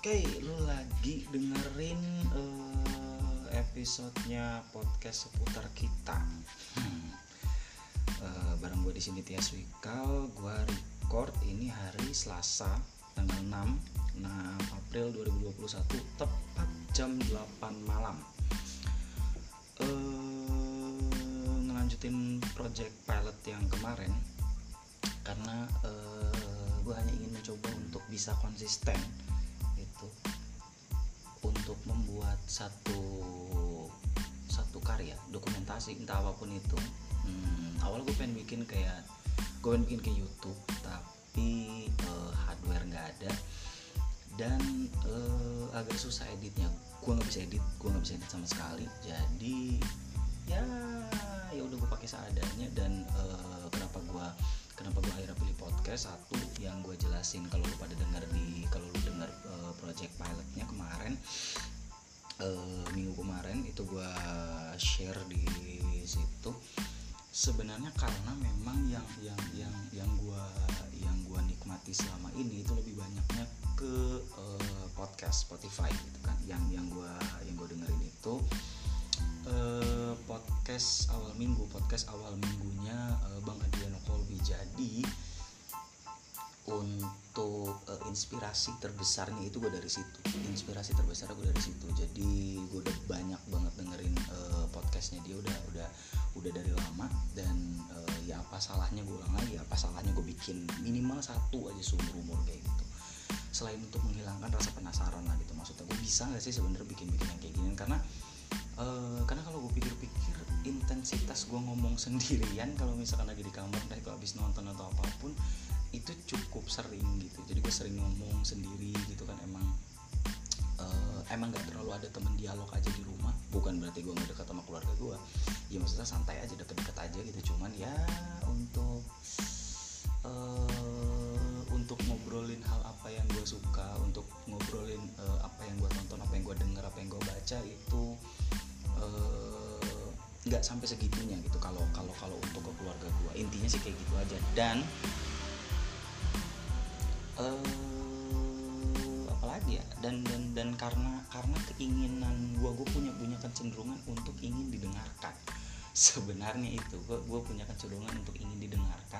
Oke, lu lagi dengerin episodenya podcast seputar kita. Bareng gue di sini Tias Wikal. Gue record ini hari Selasa, tanggal 6 April 2021, tepat jam 8 malam. Ngelanjutin project pilot yang kemarin, karena gue hanya ingin mencoba untuk bisa konsisten untuk membuat satu karya dokumentasi, entah apapun itu. Awal gue pengen bikin ke YouTube, tapi hardware nggak ada dan agak susah editnya. Gue nggak bisa edit sama sekali. Jadi ya udah gue pakai seadanya. Dan kenapa gue akhirnya pilih podcast? Satu, yang gue jelasin kalau lu dengar project pilotnya kemarin, minggu kemarin itu gue share di situ. Sebenarnya karena memang yang gue nikmati selama ini itu lebih banyaknya ke podcast Spotify gitu kan. Yang gue dengerin itu podcast awal minggunya Bang Adriano Kolbi. Jadi untuk inspirasi terbesarnya itu gue dari situ. Jadi gue udah banyak banget dengerin podcastnya dia udah dari lama. Dan ya apa salahnya gue ulang lagi, apa salahnya gue bikin minimal satu aja seumur umur kayak gitu. Selain untuk menghilangkan rasa penasaran lah gitu, maksudnya gue bisa nggak sih sebenarnya bikin yang kayak gini. Karena kalau gue pikir-pikir, intensitas gue ngomong sendirian kalau misalkan lagi di kamar, entah itu habis nonton atau apapun, itu cukup sering gitu. Jadi gue sering ngomong sendiri gitu kan. Emang gak terlalu ada temen dialog aja di rumah. Bukan berarti gue gak dekat sama keluarga gue, ya maksudnya santai aja, deket-deket aja gitu. Cuman ya untuk ngobrolin hal apa yang gue suka, untuk ngobrolin apa yang gue tonton, apa yang gue denger, apa yang gue baca, itu nggak sampai segitunya gitu kalau untuk ke keluarga gue. Intinya sih kayak gitu aja. Dan apalagi ya, dan karena keinginan gue punya kecenderungan untuk ingin didengarkan. Sebenarnya itu gue punya kecenderungan untuk ingin didengarkan.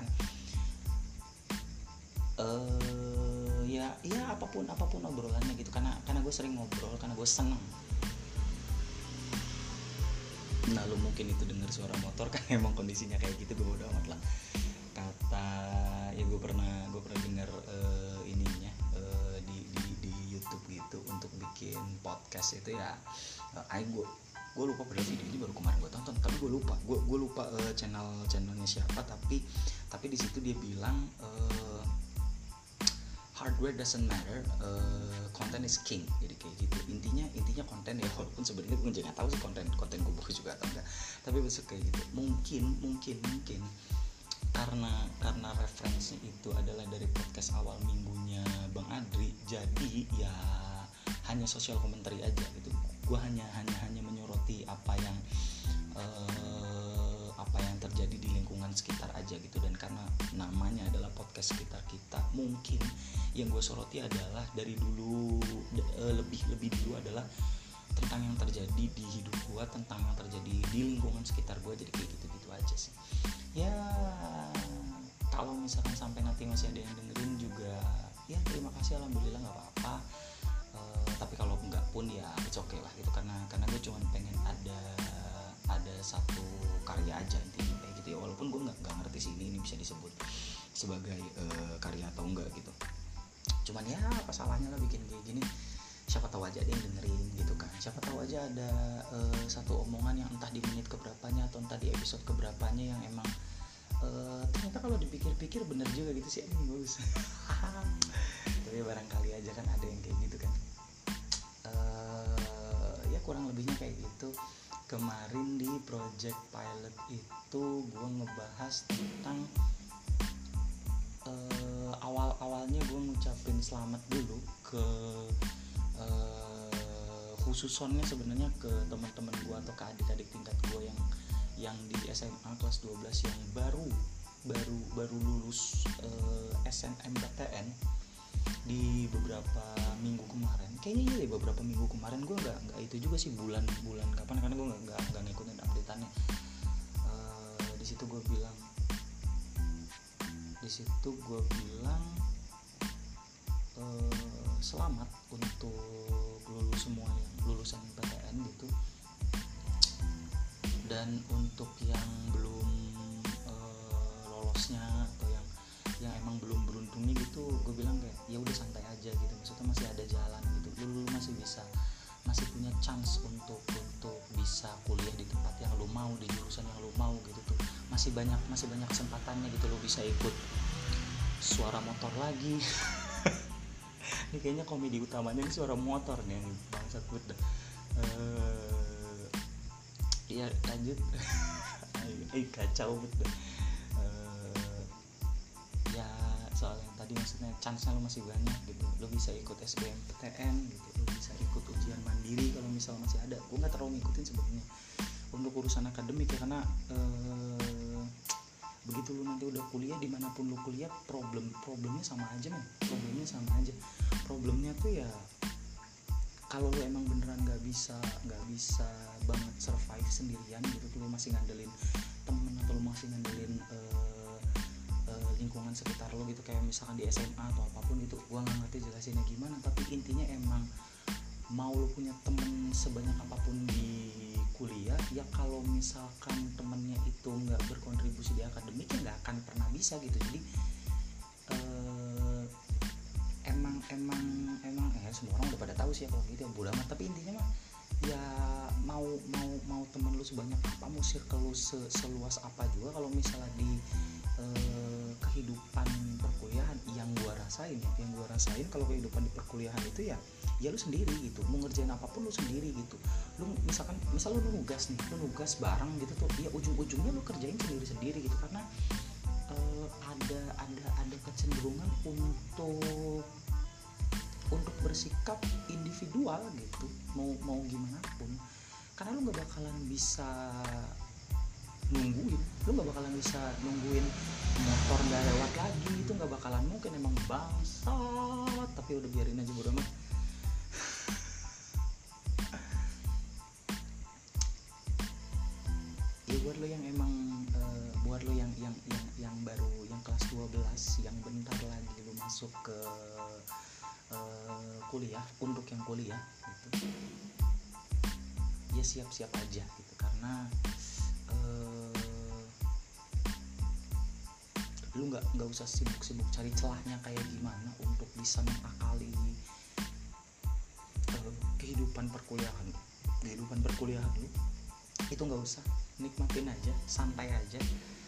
Ya apapun obrolannya gitu, karena gue sering ngobrol, karena gue seneng. Nah, lu mungkin itu dengar suara motor kan, emang kondisinya kayak gitu, gue bodo amat lah. Gue pernah dengar ininya di YouTube gitu untuk bikin podcast itu ya. Gue lupa pada video ini baru kemarin gue tonton, tapi gue lupa channelnya siapa, tapi di situ dia bilang hardware doesn't matter, content is king. Jadi kayak gitu. Intinya konten ya, walaupun sebenarnya gue nggak tahu sih konten gue bagus juga atau enggak, tapi besok kayak gitu. Mungkin karena referensi itu adalah dari podcast awal minggunya Bang Adri. Jadi ya hanya social commentary aja gitu. Gue hanya menyoroti apa yang terjadi di lingkungan sekitar aja gitu. Dan karena namanya adalah podcast sekitar kita, mungkin yang gue soroti adalah dari dulu, lebih dulu adalah tentang yang terjadi di hidup gue, tentang yang terjadi di lingkungan sekitar gue. Jadi kayak gitu aja sih ya. Kalau misalkan sampai nanti masih ada yang dengerin juga, ya terima kasih, alhamdulillah, nggak apa-apa. Tapi kalau enggak pun ya it's okay lah gitu, karena gue cuma pengen ada satu karya aja intinya kayak gitu ya. Walaupun gue nggak ngerti sih ini bisa disebut sebagai karya atau enggak gitu. Cuman ya apa salahnya lah bikin kayak gini. Siapa tahu aja ada yang dengerin gitu kan. Siapa tahu aja ada satu omongan yang entah di menit keberapanya atau entah di episode keberapanya yang emang ternyata kalau dipikir-pikir bener juga gitu sih, ini bagus. Tapi barangkali aja kan ada yang kayak gitu kan. Ya kurang lebihnya kayak gitu. Kemarin di project pilot itu gue ngebahas tentang awalnya gue ngucapin selamat dulu ke khususnya sebenarnya ke teman-teman gue atau ke adik-adik tingkat gue yang di SMA kelas 12 yang baru lulus SNMPTN. di beberapa minggu kemarin, kayaknya iya beberapa minggu kemarin gue nggak itu juga sih bulan kapan, karena gue nggak ngikutin updateannya. Di situ gue bilang selamat untuk semua yang lulusan PTN gitu, dan untuk yang belum lolosnya atau yang emang belum beruntungnya gitu, gue bilang kayak ya udah santai aja gitu, maksudnya masih ada jalan gitu, lu masih punya chance untuk bisa kuliah di tempat yang lu mau, di jurusan yang lu mau gitu tuh, masih banyak kesempatannya gitu, lu bisa ikut suara motor lagi. Ini kayaknya komedi utamanya ini suara motor nih, yang bangsat banget dah. Ya lanjut. Kacau banget dah. Ya soal yang tadi, maksudnya chance-nya lo masih banyak gitu, lo bisa ikut SBMPTN gitu, lo bisa ikut ujian mandiri kalau misal masih ada. Gue nggak terlalu ngikutin sebenarnya untuk urusan akademik ya, karena begitu lu nanti udah kuliah, dimanapun lu kuliah, problemnya sama aja men, problemnya tuh ya kalau lu emang beneran nggak bisa banget survive sendirian gitu, tuh lu masih ngandelin temen atau lu masih ngandelin lingkungan sekitar lo gitu, kayak misalkan di SMA atau apapun gitu, gua nggak ngerti jelasinnya gimana, tapi intinya emang mau lo punya temen sebanyak apapun di kuliah ya, kalau misalkan temennya itu nggak berkontribusi di akademik ya nggak akan pernah bisa gitu. Jadi emang semua orang udah pada tahu sih ya kalau gitu ya, bodo amat. Tapi intinya mah ya mau temen lu sebanyak apa, mau circle lu seluas apa juga, kalau misalnya di kehidupan perkuliahan yang gua rasain kalau kehidupan di perkuliahan itu ya lu sendiri gitu, mau ngerjain apapun lu sendiri gitu. Lu misal lu nugas bareng gitu tuh, ya ujung-ujungnya lu kerjain sendiri gitu, karena ada kecenderungan untuk bersikap individual gitu, mau gimana pun, karena lu nggak bakalan bisa nungguin motor nggak lewat lagi, itu nggak bakalan mungkin, emang bangsat. Tapi udah biarin aja, bodo amat. Ya buat lo yang emang yang baru, yang kelas 12, yang bentar lagi lo masuk ke kuliah, untuk yang kuliah gitu, ya siap-siap aja gitu, karena lu nggak usah sibuk cari celahnya kayak gimana untuk bisa mengakali kehidupan perkuliahan lu. Itu nggak usah, nikmatin aja, santai aja,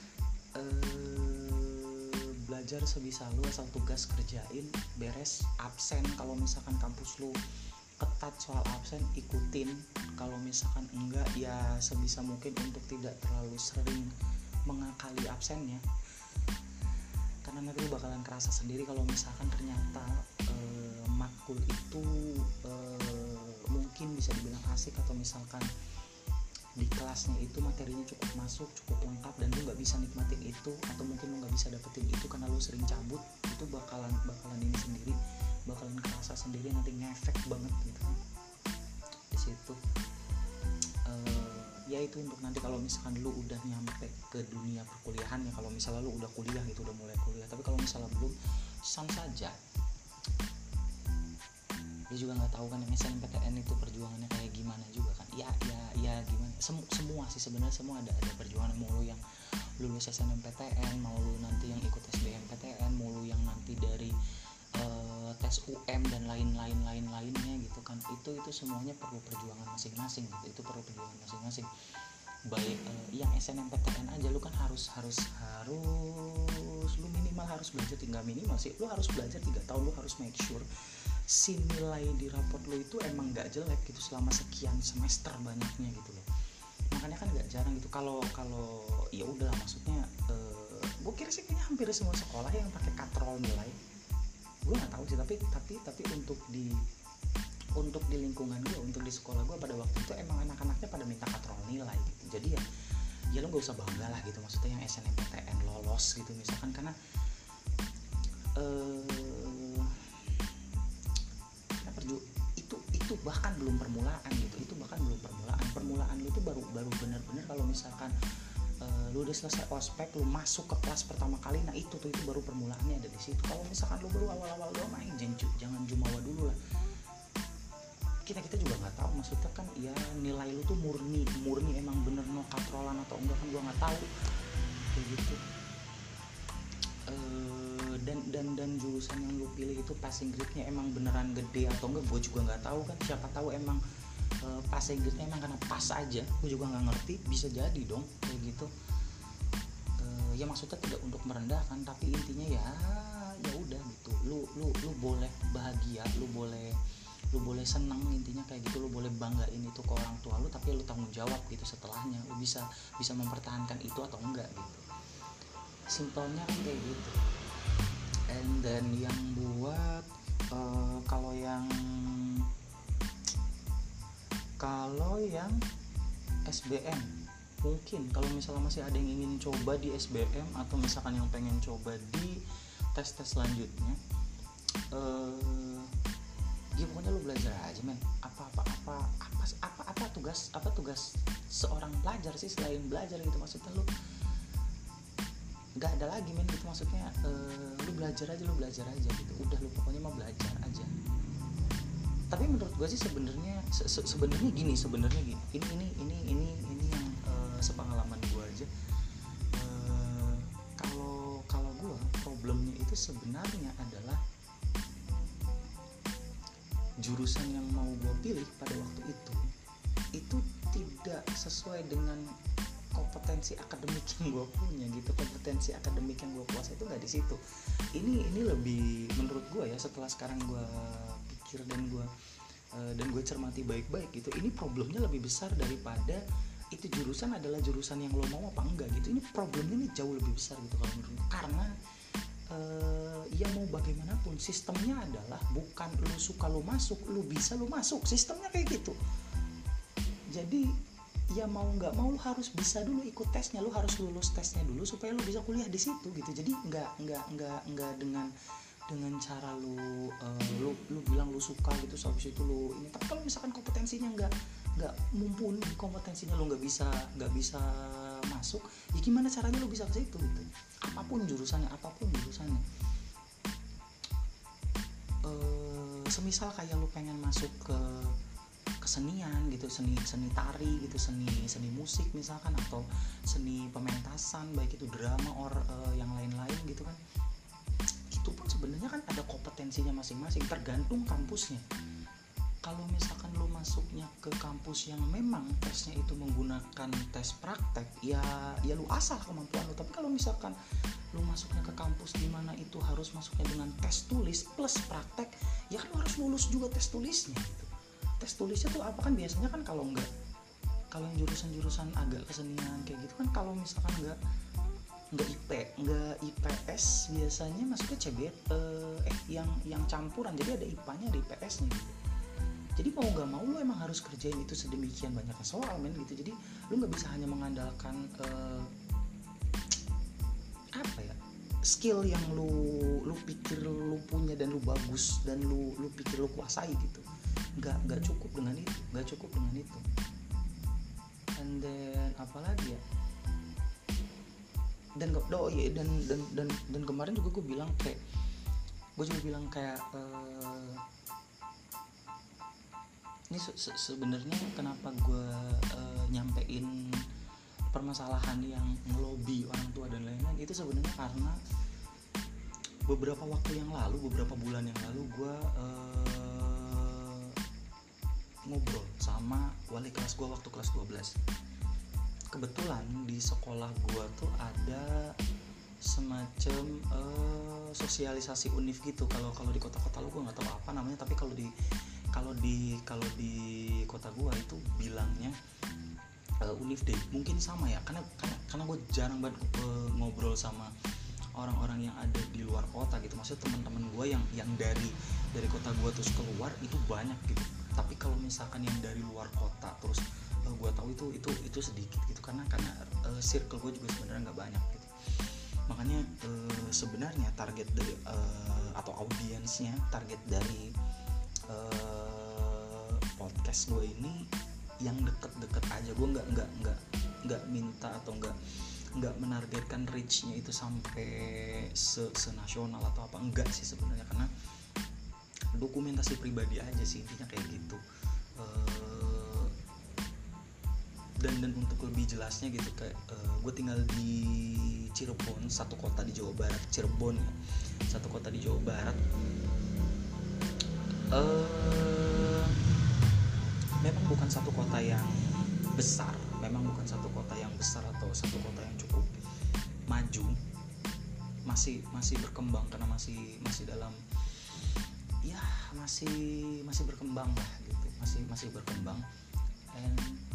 belajar sebisa lu, asal tugas kerjain, beres. Absen kalau misalkan kampus lu ketat soal absen, ikutin. Kalau misalkan enggak ya sebisa mungkin untuk tidak terlalu sering mengakali absennya, karena nanti lu bakalan kerasa sendiri kalau misalkan ternyata matkul itu mungkin bisa dibilang asik, atau misalkan di kelasnya itu materinya cukup lengkap, dan lu nggak bisa nikmatin itu, atau mungkin lu nggak bisa dapetin itu karena lu sering cabut. Itu bakalan ini sendiri, bakalan kerasa sendiri, nanti ngefek banget gitu di situ. Ya itu untuk nanti kalau misalkan lu udah nyampe ke dunia perkuliahan ya, kalau misalnya lu udah kuliah gitu, udah mulai kuliah. Tapi kalau misalnya belum, sans saja. Dia juga nggak tahu kan yang SNMPTN itu perjuangannya kayak gimana juga kan. Ya gimana, semua sih sebenarnya, semua ada perjuangan. Mau lu yang lulus SNMPTN, mau lu nanti yang ikut SBMPTN, mau lu yang nanti dari tes UM dan lainnya gitu kan, itu semuanya perlu perjuangan masing-masing gitu. Itu perlu perjuangan masing-masing. Baik yang SNMPTN aja, lu kan harus lu minimal harus belajar, tinggal minimal sih lu harus belajar 3 tahun. Lu harus make sure si nilai di raport lu itu emang gak jelek gitu selama sekian semester banyaknya gitu loh. Makanya kan gak jarang gitu kalau ya udah, maksudnya gue kira sih kayaknya hampir semua sekolah yang pakai katrol nilai. Gue nggak tahu sih, tapi untuk di lingkungan gue, untuk di sekolah gue pada waktu itu emang anak-anaknya pada minta katrol nilai gitu. Jadi ya lo nggak usah bangga lah gitu, maksudnya yang SNMPTN lolos gitu misalkan, karena itu bahkan belum permulaan gitu, itu bahkan belum permulaan lu tuh baru benar-benar kalau misalkan lu udah selesai ospek, lu masuk ke kelas pertama kali, nah itu baru permulaannya ada di situ. Kalau misalkan lu baru awal-awal doang main, jangan jumawa dulu lah. Kita juga nggak tahu, maksudnya kan ya nilai lu tuh murni emang bener no katrolan atau enggak kan gua nggak tahu kayak gitu. Dan jurusan yang lu pilih itu passing grade-nya emang beneran gede atau enggak, gue juga nggak tahu kan. Siapa tahu emang passing grade-nya emang karena pas aja, gue juga nggak ngerti, bisa jadi dong kayak gitu. Ya maksudnya tidak untuk merendahkan, tapi intinya ya udah gitu, lu boleh bahagia, lu boleh senang, intinya kayak gitu. Lu boleh banggain itu ke orang tua lu, tapi lu tanggung jawab gitu setelahnya, lu bisa mempertahankan itu atau enggak gitu. Simpelnya kan kayak gitu. And then yang buat kalau yang SBM, mungkin kalau misalnya masih ada yang ingin coba di SBM atau misalkan yang pengen coba di tes selanjutnya, ya pokoknya lu belajar aja men. Apa tugas seorang pelajar sih selain belajar gitu, maksudnya lu nggak ada lagi men gitu, maksudnya lu belajar aja gitu, udah lu pokoknya mau belajar aja. Tapi menurut gue sih sebenarnya gini ini yang sepengalaman gue aja. Kalau gue problemnya itu sebenarnya adalah jurusan yang mau gue pilih pada waktu itu tidak sesuai dengan kompetensi akademik yang gue punya gitu. Kompetensi akademik yang gue kuasai itu nggak di situ. Ini lebih menurut gue ya, setelah sekarang gue pikir dan gue cermati baik-baik gitu, ini problemnya lebih besar daripada itu jurusan adalah jurusan yang lo mau apa enggak gitu. Ini problemnya ini jauh lebih besar gitu kalau menurut gue, karena ya mau bagaimanapun sistemnya adalah bukan lu suka lu masuk, lu bisa lu masuk, sistemnya kayak gitu. Jadi ya mau nggak mau lu harus bisa dulu ikut tesnya, lu harus lulus tesnya dulu supaya lu bisa kuliah di situ gitu. Jadi nggak dengan cara lu bilang lu suka gitu, habis itu lu ini. Tapi kalau misalkan kompetensinya nggak mumpuni, kompetensinya lu nggak bisa masuk, ya gimana caranya lu bisa ke situ gitu. Apapun jurusannya. Semisal kayak lu pengen masuk ke kesenian gitu, seni tari gitu, seni musik misalkan, atau seni pementasan, baik itu drama yang lain-lain gitu kan, itu pun sebenarnya kan ada kompetensinya masing-masing, tergantung kampusnya. Kalau misalkan lu masuknya ke kampus yang memang tesnya itu menggunakan tes praktek, ya lu asal kemampuan lu. Tapi kalau misalkan lu masuknya ke kampus di mana itu harus masuknya dengan tes tulis plus praktek, ya kan lu harus lulus juga tes tulisnya gitu. Tes tulisnya tuh apa kan biasanya kan, kalau yang jurusan agak kesenian kayak gitu kan, kalau misalkan nggak IPS biasanya masuknya CBT yang campuran, jadi ada IPA-nya ada IPS-nya gitu. Jadi mau nggak mau lu emang harus kerjain itu sedemikian banyaknya soal men gitu. Jadi lu nggak bisa hanya mengandalkan skill yang lu pikir lu punya dan lu bagus dan lu pikir lu kuasai gitu. Nggak cukup dengan itu. And then apalagi ya, dan kemarin juga gue bilang kayak ini sebenarnya kenapa gue nyampein permasalahan yang ngelobi orang tua dan lain-lain, itu sebenarnya karena beberapa bulan yang lalu gue ngobrol sama wali kelas gue waktu kelas 12. Kebetulan di sekolah gue tuh ada semacam sosialisasi univ gitu. Kalau di kota-kota lu gue nggak tahu apa namanya, tapi kalau di kota gue itu bilangnya univ day, mungkin sama ya, karena gue jarang banget ngobrol sama orang-orang yang ada di luar kota gitu. Maksudnya teman-teman gue yang dari kota gue terus keluar itu banyak gitu. Tapi kalau misalkan yang dari luar kota terus gue tahu itu sedikit gitu, karena circle gue juga sebenarnya nggak banyak gitu. Makanya sebenarnya target dari atau audiensnya, target dari podcast gue ini yang deket-deket aja. Gue nggak minta atau nggak menargetkan reach-nya itu sampai senasional atau apa, enggak sih sebenarnya, karena dokumentasi pribadi aja sih intinya kayak gitu. Dan untuk lebih jelasnya gitu, kayak gue tinggal di Cirebon, satu kota di Jawa Barat. Cirebon ya, satu kota di Jawa Barat. Memang bukan satu kota yang besar, atau satu kota yang cukup maju, masih berkembang, karena masih dalam ya masih berkembang lah gitu, masih berkembang. And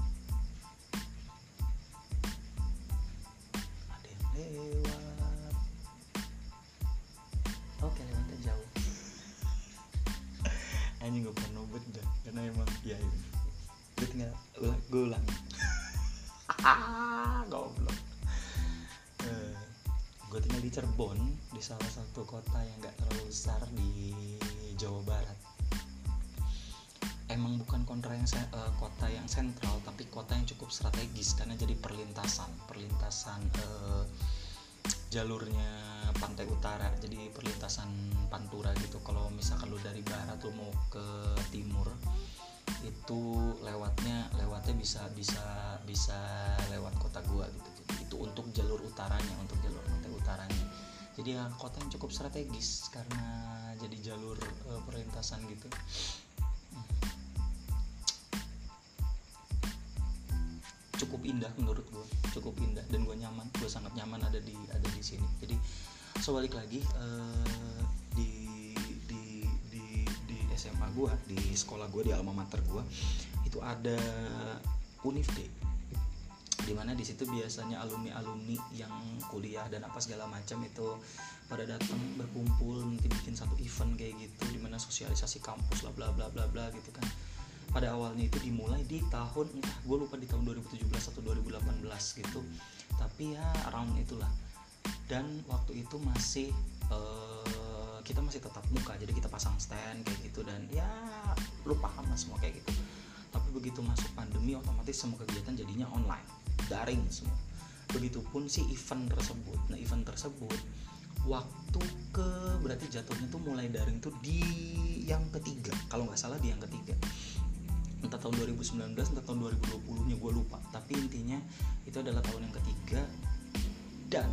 ada yang lewat, oke, lewatnya jauh. Anjing, gue pernah nobet dah, karena emang ya itu gue tinggal gue ulang. Goblok. Gue tinggal di Cirebon, di salah satu kota yang gak terlalu besar di Jawa Barat. Emang bukan kota yang sentral, tapi kota yang cukup strategis, karena jadi perlintasan jalurnya pantai utara, jadi perlintasan Pantura gitu. Kalau misalkan lu dari barat lu mau ke timur, itu lewatnya bisa lewat kota gua gitu. Jadi itu untuk jalur utaranya, untuk jalur pantai utaranya. Jadi ya kota yang cukup strategis karena jadi jalur perlintasan gitu. Cukup indah menurut gue, cukup indah, dan gue sangat nyaman ada di sini. Jadi balik lagi di SMA gue, di sekolah gue, di alma mater gue itu ada Unifd, dimana di situ biasanya alumni yang kuliah dan apa segala macam itu pada datang berkumpul, nanti bikin satu event kayak gitu, dimana sosialisasi kampus lah bla bla bla bla gitu kan. Pada awalnya itu dimulai di tahun, gue lupa di tahun 2017 atau 2018 gitu, tapi ya around itulah. Dan waktu itu masih kita masih tetap muka, jadi kita pasang stand kayak gitu, dan ya lu paham lah semua kayak gitu. Tapi begitu masuk pandemi, otomatis semua kegiatan jadinya online, daring semua. Begitupun si event tersebut. Nah, event tersebut waktu berarti jatuhnya tuh mulai daring tuh di yang ketiga, kalau nggak salah di yang ketiga, entah tahun 2019 entah tahun 2020 nya gue lupa, tapi intinya itu adalah tahun yang ketiga. Dan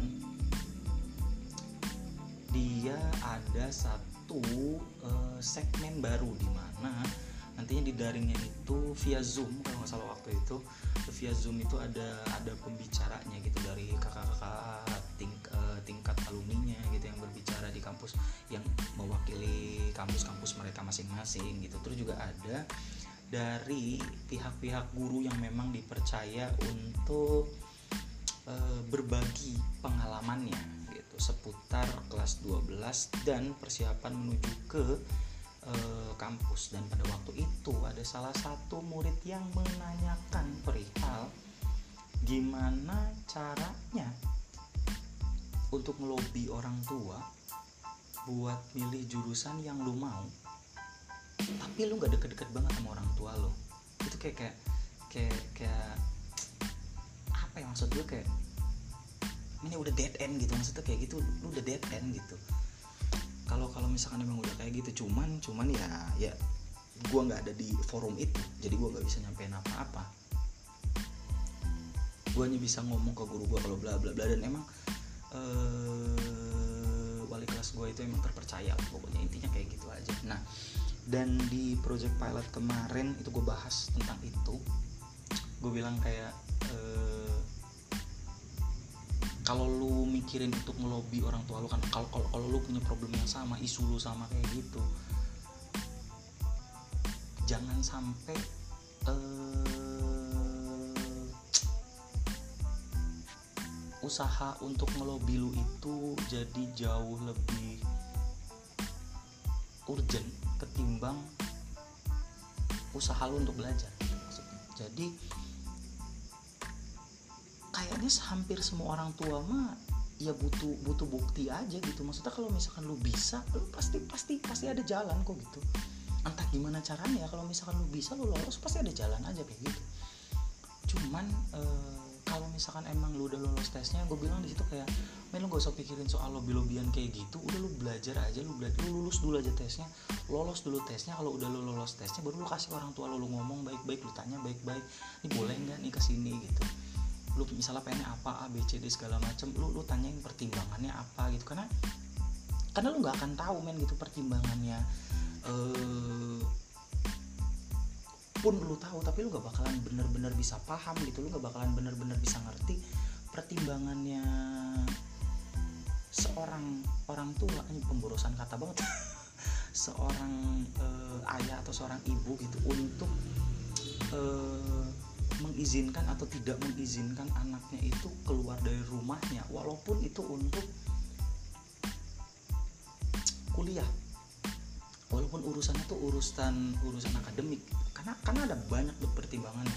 dia ada satu segmen baru di mana nantinya di daringnya itu via Zoom, kalau nggak salah waktu itu via Zoom itu ada pembicaranya gitu dari kakak-kakak tingkat alumninya gitu yang berbicara di kampus, yang mewakili kampus-kampus mereka masing-masing gitu. Terus juga ada dari pihak-pihak guru yang memang dipercaya untuk berbagi pengalamannya gitu seputar kelas 12 dan persiapan menuju ke kampus. Dan pada waktu itu ada salah satu murid yang menanyakan perihal gimana caranya untuk ngelobi orang tua buat milih jurusan yang lu mau, tapi lu gak deket-deket banget sama orang tua lo. Itu kayak apa ya, maksud gue kayak ini udah dead end gitu, maksudnya kayak gitu, lu udah dead end gitu. Kalau misalkan emang udah kayak gitu, cuman ya gue nggak ada di forum itu, jadi gue nggak bisa nyampein apa-apa. Gue hanya bisa ngomong ke guru gue kalau bla bla bla, dan emang wali kelas gue itu emang terpercaya lah, pokoknya intinya kayak gitu aja. Nah, dan di project pilot kemarin itu gue bahas tentang itu. Gue bilang kayak kalau lu mikirin untuk ngelobi orang tua lu, kan kalau lu punya problem yang sama, isu lu sama kayak gitu, jangan sampai usaha untuk ngelobi lu itu jadi jauh lebih urgent ketimbang usaha lu untuk belajar gitu maksudnya. Jadi kayaknya hampir semua orang tua mah ya butuh bukti aja gitu. Maksudnya kalau misalkan lu bisa, lu pasti ada jalan kok gitu. entah gimana caranya, kalau misalkan lu bisa lu lolos pasti ada jalan aja kayak gitu. Cuman kalau misalkan emang lu udah lolos tesnya, gue bilang di situ kayak, men lu gak usah pikirin soal lobby-lobbyan kayak gitu, udah lu belajar aja, lu lulus dulu aja tesnya, lolos dulu tesnya. Kalau udah lu lolos tesnya, baru lu kasih orang tua lu ngomong baik-baik, lu tanya baik-baik, ini boleh nggak nih kesini gitu. Lu misalnya pengennya apa, A B C D segala macem, lu tanyain pertimbangannya apa gitu, karena lu nggak akan tahu men gitu pertimbangannya. Pun lu tahu tapi lu gak bakalan bener-bener bisa paham gitu, lu gak bakalan bener-bener bisa ngerti pertimbangannya seorang orang tua. Ini pemborosan kata banget seorang ayah atau seorang ibu gitu untuk mengizinkan atau tidak mengizinkan anaknya itu keluar dari rumahnya, walaupun itu untuk kuliah, walaupun urusannya tuh urusan akademik. Karena ada banyak pertimbangannya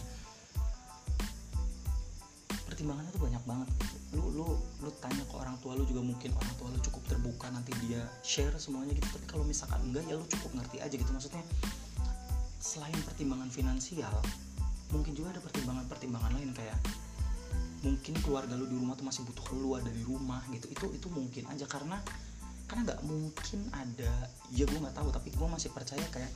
tuh banyak banget gitu. Lu tanya ke orang tua lu juga, mungkin orang tua lu cukup terbuka, nanti dia share semuanya gitu. Tapi kalau misalkan enggak, ya lu cukup ngerti aja gitu. Maksudnya selain pertimbangan finansial, mungkin juga ada pertimbangan lain, kayak mungkin keluarga lu di rumah tuh masih butuh keluar dari rumah gitu. Itu mungkin aja, karena nggak mungkin ada, ya gue nggak tahu, tapi gue masih percaya kayak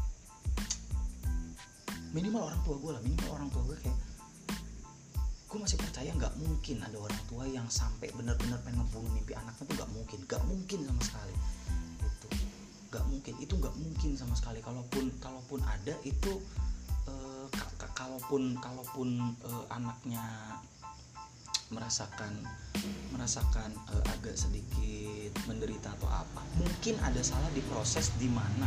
minimal orang tua gue kayak, gue masih percaya nggak mungkin ada orang tua yang sampai benar-benar pengen ngebunuh mimpi anaknya. Tuh nggak mungkin sama sekali gitu. Itu nggak mungkin sama sekali. Kalaupun ada itu kalaupun anaknya merasakan agak sedikit menderita atau apa, mungkin ada salah di proses di mana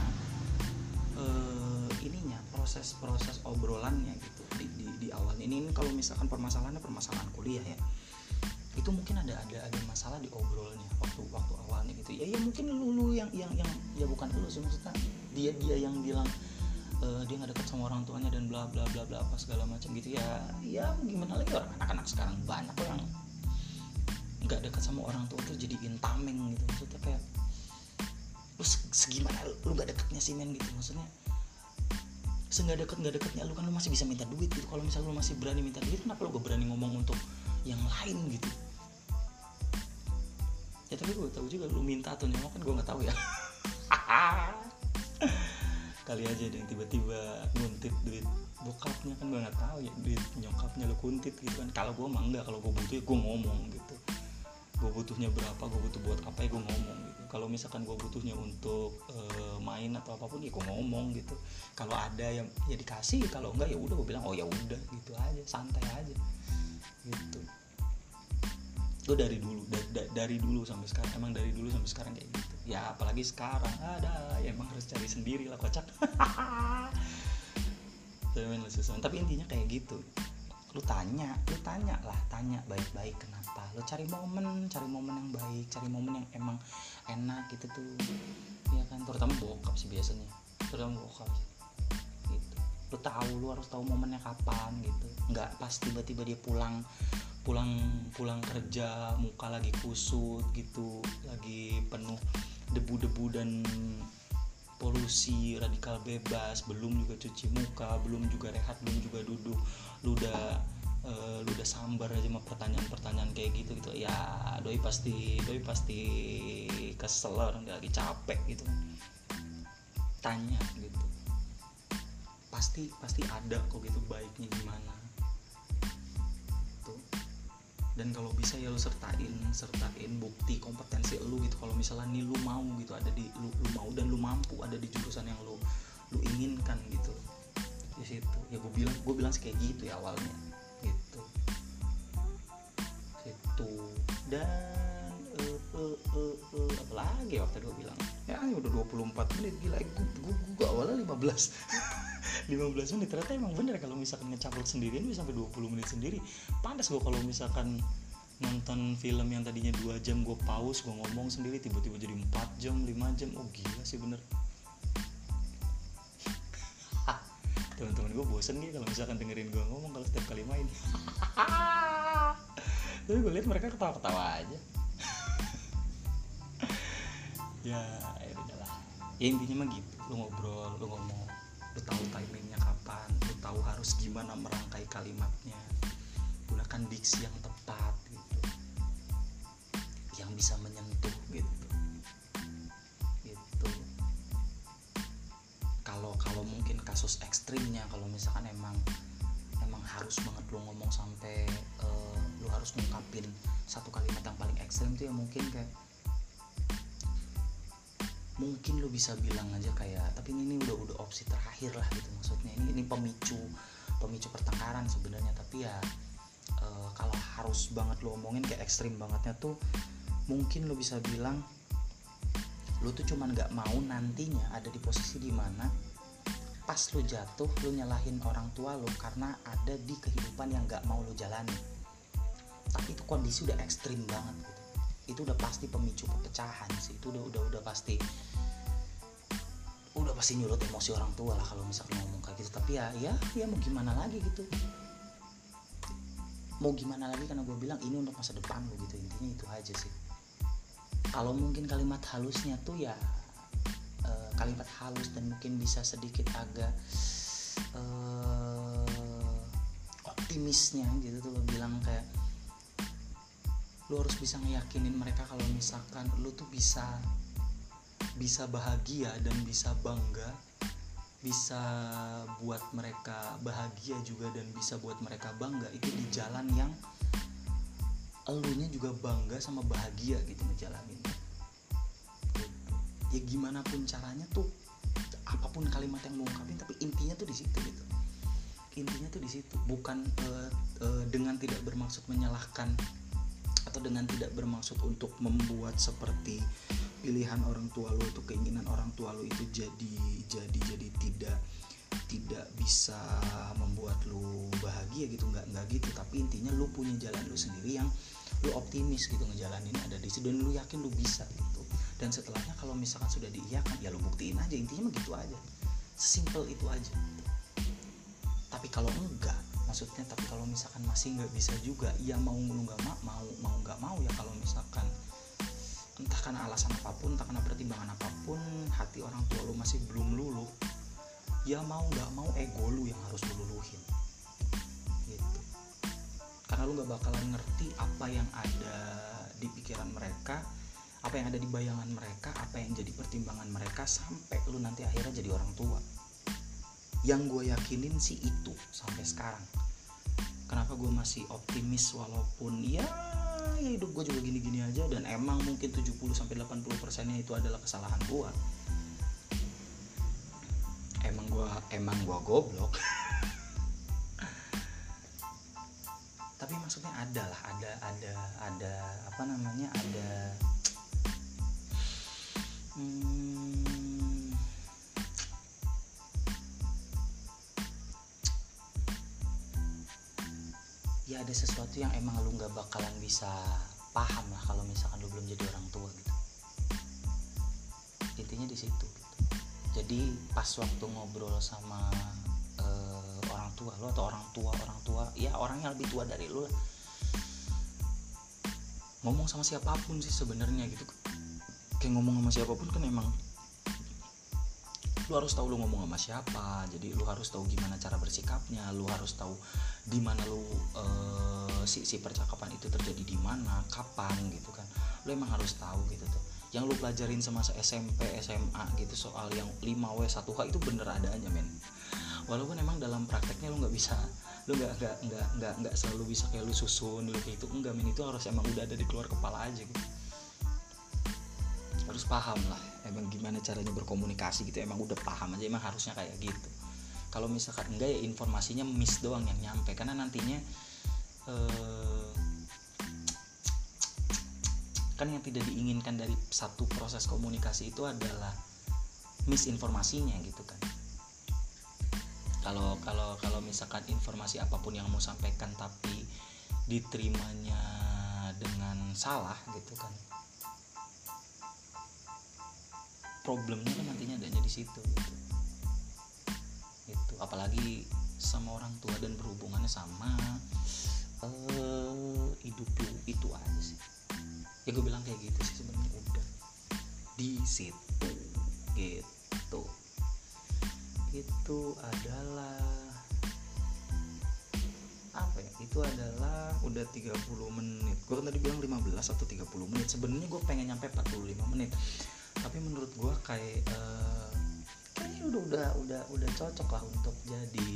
proses obrolannya gitu di awalnya. Ini kalau misalkan permasalahan kuliah ya, itu mungkin ada masalah di obrolnya waktu awalnya gitu ya. Mungkin lu yang ya bukan lu sih, maksudnya dia yang bilang dia nggak dekat sama orang tuanya dan bla bla bla bla apa segala macam gitu ya. Gimana lagi, orang anak-anak sekarang banyak kok yang nggak dekat sama orang tua tuh jadiin tameng gitu. Maksudnya kayak lu segimana lu nggak dekatnya sih men gitu. Maksudnya nggak dekatnya lu kan, lu masih bisa minta duit gitu. Kalau misalnya lu masih berani minta duit, kenapa lu gak berani ngomong untuk yang lain gitu ya. Tapi gue tahu juga lu minta atau nyolong kan, gue nggak tahu ya. Kali aja ada yang tiba-tiba nguntit duit bokapnya, kan gue nggak tahu ya, duit nyokapnya lu kuntit gitu kan. Kalau gue mah enggak, kalau gue butuh ya gue ngomong gitu. Gue butuhnya berapa, gue butuh buat apa ya gue ngomong gitu. Kalau misalkan gue butuhnya untuk main atau apapun ya gue ngomong gitu. Kalau ada yang ya dikasih, kalau enggak ya udah gue bilang oh ya udah gitu aja, santai aja gitu. Gue dari dulu sampai sekarang, emang dari dulu sampai sekarang kayak gitu ya. Apalagi sekarang ada ya, emang harus cari sendiri lah, kocak. Tapi intinya kayak gitu. Lu tanya baik-baik kenapa, lu cari momen yang baik, cari momen yang emang enak gitu tuh ya kan. Terutama bokap sih biasanya, gitu. Lu harus tahu momennya kapan gitu. Nggak pas tiba-tiba dia pulang kerja muka lagi kusut gitu, lagi penuh debu-debu dan polusi radikal bebas, belum juga cuci muka, belum juga rehat, belum juga duduk, lu udah sambar aja sama pertanyaan kayak gitu ya. Doi pasti kesel, orang lagi capek gitu. Tanya gitu, pasti ada kok gitu baiknya gimana tuh. Dan kalau bisa ya lu sertain bukti kompetensi lu gitu. Kalau misalnya nih lu mau gitu, ada di lu mau dan lu mampu ada di jurusan yang lu inginkan gitu di situ ya. Gue bilang sih kayak gitu ya awalnya gitu situ. Dan apa lagi waktu gue bilang ya udah 24 menit, gila. Gue awalnya 15 menit. Ternyata emang bener kalau misalkan ngecampur sendirian bisa sampai 20 menit sendiri. Pantas gue kalau misalkan nonton film yang tadinya 2 jam gue pause, gue ngomong sendiri, tiba-tiba jadi 4 jam 5 jam. Oh gila sih bener. Teman-teman gue bosen gitu kalau misalkan dengerin gue ngomong kalau setiap kali main. Tapi gue lihat mereka ketawa-ketawa aja. Ya udahlah. Ya intinya mah gitu. lu ngobrol, lu ngomong, lu tahu timingnya kapan, lu tahu harus gimana merangkai kalimatnya, gunakan diksi yang tepat gitu, yang bisa menyentuh gitu. Kalau mungkin kasus ekstrimnya, kalau misalkan emang harus banget lu ngomong sampai lu harus ngungkapin satu kalimat yang paling ekstrim tuh ya mungkin lu bisa bilang aja kayak, tapi ini udah opsi terakhir lah gitu, maksudnya ini pemicu pertengkaran sebenarnya. Tapi ya kalau harus banget lu omongin kayak ekstrim bangetnya tuh, mungkin lu bisa bilang lu tuh cuman nggak mau nantinya ada di posisi dimana pas lu jatuh lu nyalahin orang tua lu karena ada di kehidupan yang nggak mau lu jalani. Tapi itu kondisi udah ekstrim banget gitu. Itu udah pasti pemicu perpecahan sih. Itu udah pasti nyurut emosi orang tua lah kalau misalnya ngomong kayak gitu. Tapi ya mau gimana lagi gitu. Mau gimana lagi, karena gue bilang ini untuk masa depan lu gitu. Intinya itu aja sih. Kalau mungkin kalimat halusnya tuh ya kalimat halus dan mungkin bisa sedikit agak optimisnya gitu tuh, lo bilang kayak lu harus bisa ngeyakinin mereka kalau misalkan lu tuh bisa bahagia dan bisa bangga, bisa buat mereka bahagia juga dan bisa buat mereka bangga itu di jalan yang elunya juga bangga sama bahagia gitu ngejalanin. Ya gimana pun caranya tuh, apapun kalimat yang mau ungkapin, tapi intinya tuh di situ gitu. Intinya tuh di situ, bukan dengan tidak bermaksud menyalahkan atau dengan tidak bermaksud untuk membuat seperti pilihan orang tua lu atau keinginan orang tua lu itu jadi tidak bisa membuat lu bahagia gitu, nggak gitu. Tapi intinya lu punya jalan lu sendiri yang lu optimis gitu ngejalanin, ada di situ dan lu yakin lu bisa gitu. Dan setelahnya kalau misalkan sudah diiyakan ya lu buktiin aja, intinya begitu aja, sesimpel itu aja. Tapi kalau enggak, maksudnya tapi kalau misalkan masih nggak bisa juga, ya mau lu nggak mau ya, kalau misalkan entah karena alasan apapun, entah karena pertimbangan apapun, hati orang tua lu masih belum luluh, ya mau nggak mau ego lu yang harus lu luluhin gitu. Karena lu nggak bakalan ngerti apa yang ada di pikiran mereka, apa yang ada di bayangan mereka, apa yang jadi pertimbangan mereka sampai lu nanti akhirnya jadi orang tua. Yang gue yakinin sih itu sampai sekarang. Kenapa gue masih optimis walaupun ya hidup gue juga gini-gini aja, dan emang mungkin 70-80% itu adalah kesalahan gue. Emang gue goblok. Tapi maksudnya ada apa namanya, ya ada sesuatu yang emang lu nggak bakalan bisa paham lah kalau misalkan lu belum jadi orang tua gitu. Intinya di situ gitu. Jadi pas waktu ngobrol sama orang tua lu atau orang tua ya orang yang lebih tua dari lu lah, ngomong sama siapapun sih sebenarnya gitu, kayak ngomong sama siapapun kan emang lu harus tahu lu ngomong sama siapa. Jadi lu harus tahu gimana cara bersikapnya, lu harus tahu di mana lu si percakapan itu terjadi di mana, kapan gitu kan. Lu emang harus tahu gitu tuh. Yang lu pelajarin semasa SMP, SMA gitu soal yang 5W 1H itu bener adanya men. Walaupun emang dalam prakteknya lu nggak bisa, lu nggak selalu bisa kayak lu susun lu kayak itu, enggak men, itu harus emang udah ada di keluar kepala aja gitu. Harus paham lah emang gimana caranya berkomunikasi gitu, emang udah paham aja emang harusnya kayak gitu. Kalau misalkan enggak ya informasinya miss doang yang nyampe, karena nantinya kan yang tidak diinginkan dari satu proses komunikasi itu adalah misinformasinya gitu kan. Kalau misalkan informasi apapun yang mau sampaikan tapi diterimanya dengan salah gitu kan, problemnya kan nantinya adanya di situ gitu. Itu apalagi sama orang tua dan berhubungannya sama hidup lu, itu aja sih. Ya gue bilang kayak gitu sih sebenarnya, udah di situ gitu. itu adalah apa ya? Itu adalah udah 30 menit. Gue kan tadi bilang 15 atau 30 menit. Sebenarnya gue pengen nyampe 45 menit. Tapi menurut gue kayaknya udah cocok lah untuk jadi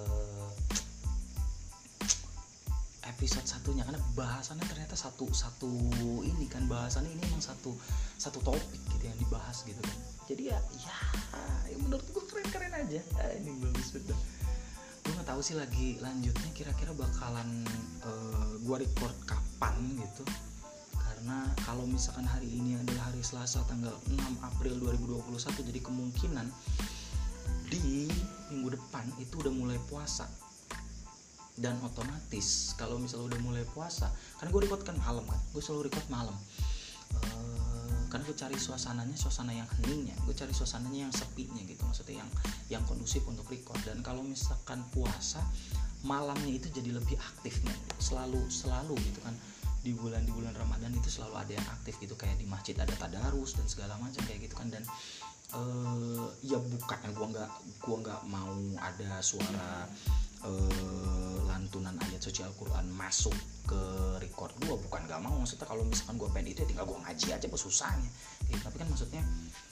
episode satunya, karena bahasannya ternyata satu ini kan, bahasannya ini emang satu topik gitu yang dibahas gitu kan. Jadi ya menurut gue keren aja. Ini bagus banget. Gue nggak tahu sih lagi lanjutnya kira-kira bakalan gue record kapan gitu, karena kalau misalkan hari ini adalah hari Selasa tanggal 6 April 2021, jadi kemungkinan di minggu depan itu udah mulai puasa. Dan otomatis kalau misalnya udah mulai puasa, karena gue record kan malam kan, gue selalu record malam, karena gue cari suasana yang heningnya, gue cari suasananya yang sepinya gitu, maksudnya yang kondusif untuk record. Dan kalau misalkan puasa malamnya itu jadi lebih aktif nih, selalu gitu kan, di bulan Ramadan itu selalu ada yang aktif gitu, kayak di masjid ada tadarus dan segala macam kayak gitu kan. Dan ya bukannya gue nggak mau ada suara lantunan ayat suci Al-Quran masuk ke record gue, bukan gak mau, maksudnya kalau misalkan gue pengen itu ya tinggal gue ngaji aja susahnya gitu. Tapi kan maksudnya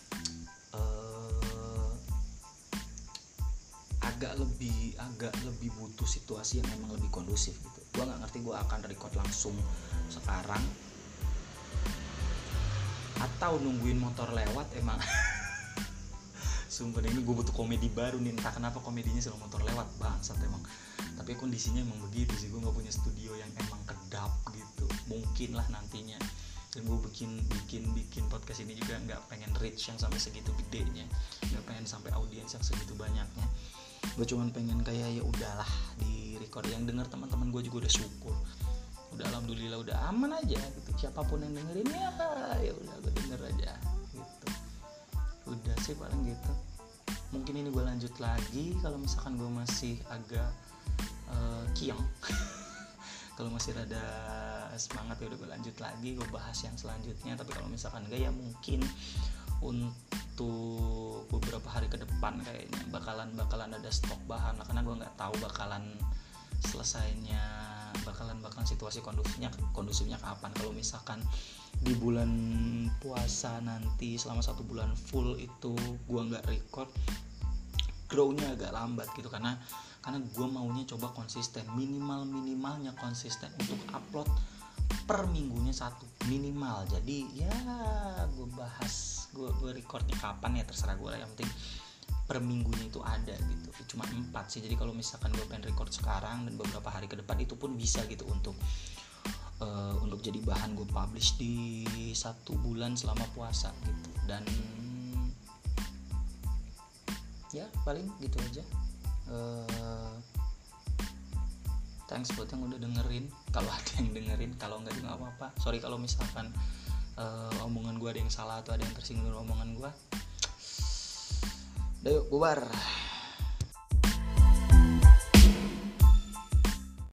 agak lebih butuh situasi yang emang lebih kondusif gitu. Gue nggak ngerti gue akan record langsung sekarang atau nungguin motor lewat emang. Sumpah ini gue butuh komedi baru nih, entah kenapa komedinya selalu motor lewat, bangsat emang. Tapi kondisinya emang begitu sih, gue gak punya studio yang emang kedap gitu. Mungkin lah nantinya. Dan gue bikin podcast ini juga gak pengen reach yang sampai segitu gedenya, gak pengen sampai audiens yang segitu banyaknya. Gue cuman pengen kayak ya udahlah di record, yang denger teman-teman gue juga udah syukur, udah alhamdulillah udah aman aja gitu. Siapapun yang dengerin ya udah gue denger aja gitu. Udah sih paling gitu. Mungkin ini gue lanjut lagi kalau misalkan gue masih agak kiong. Kalau masih rada semangat ya udah gue lanjut lagi, gue bahas yang selanjutnya. Tapi kalau misalkan enggak ya mungkin untuk beberapa hari ke depan kayaknya bakalan ada stok bahan lah, karena gue nggak tahu bakalan selesainya, bakalan situasi kondusifnya kapan. Kalau misalkan di bulan puasa nanti selama 1 bulan full itu gue nggak record, grow-nya agak lambat gitu, karena gue maunya coba konsisten, minimalnya konsisten untuk upload per minggunya 1 minimal. Jadi ya gue bahas gue recordnya kapan ya terserah gue lah, yang penting per minggunya itu ada gitu. Cuma 4 sih, jadi kalau misalkan gue pengen record sekarang dan beberapa hari ke depan itu pun bisa gitu untuk jadi bahan gue publish di 1 bulan selama puasa gitu. Dan ya paling gitu aja. Thanks buat yang udah dengerin, kalau ada yang dengerin, kalau enggak juga gak apa-apa. Sorry kalau misalkan omongan gue ada yang salah atau ada yang tersinggung dengan omongan gue. Udah yuk bubar.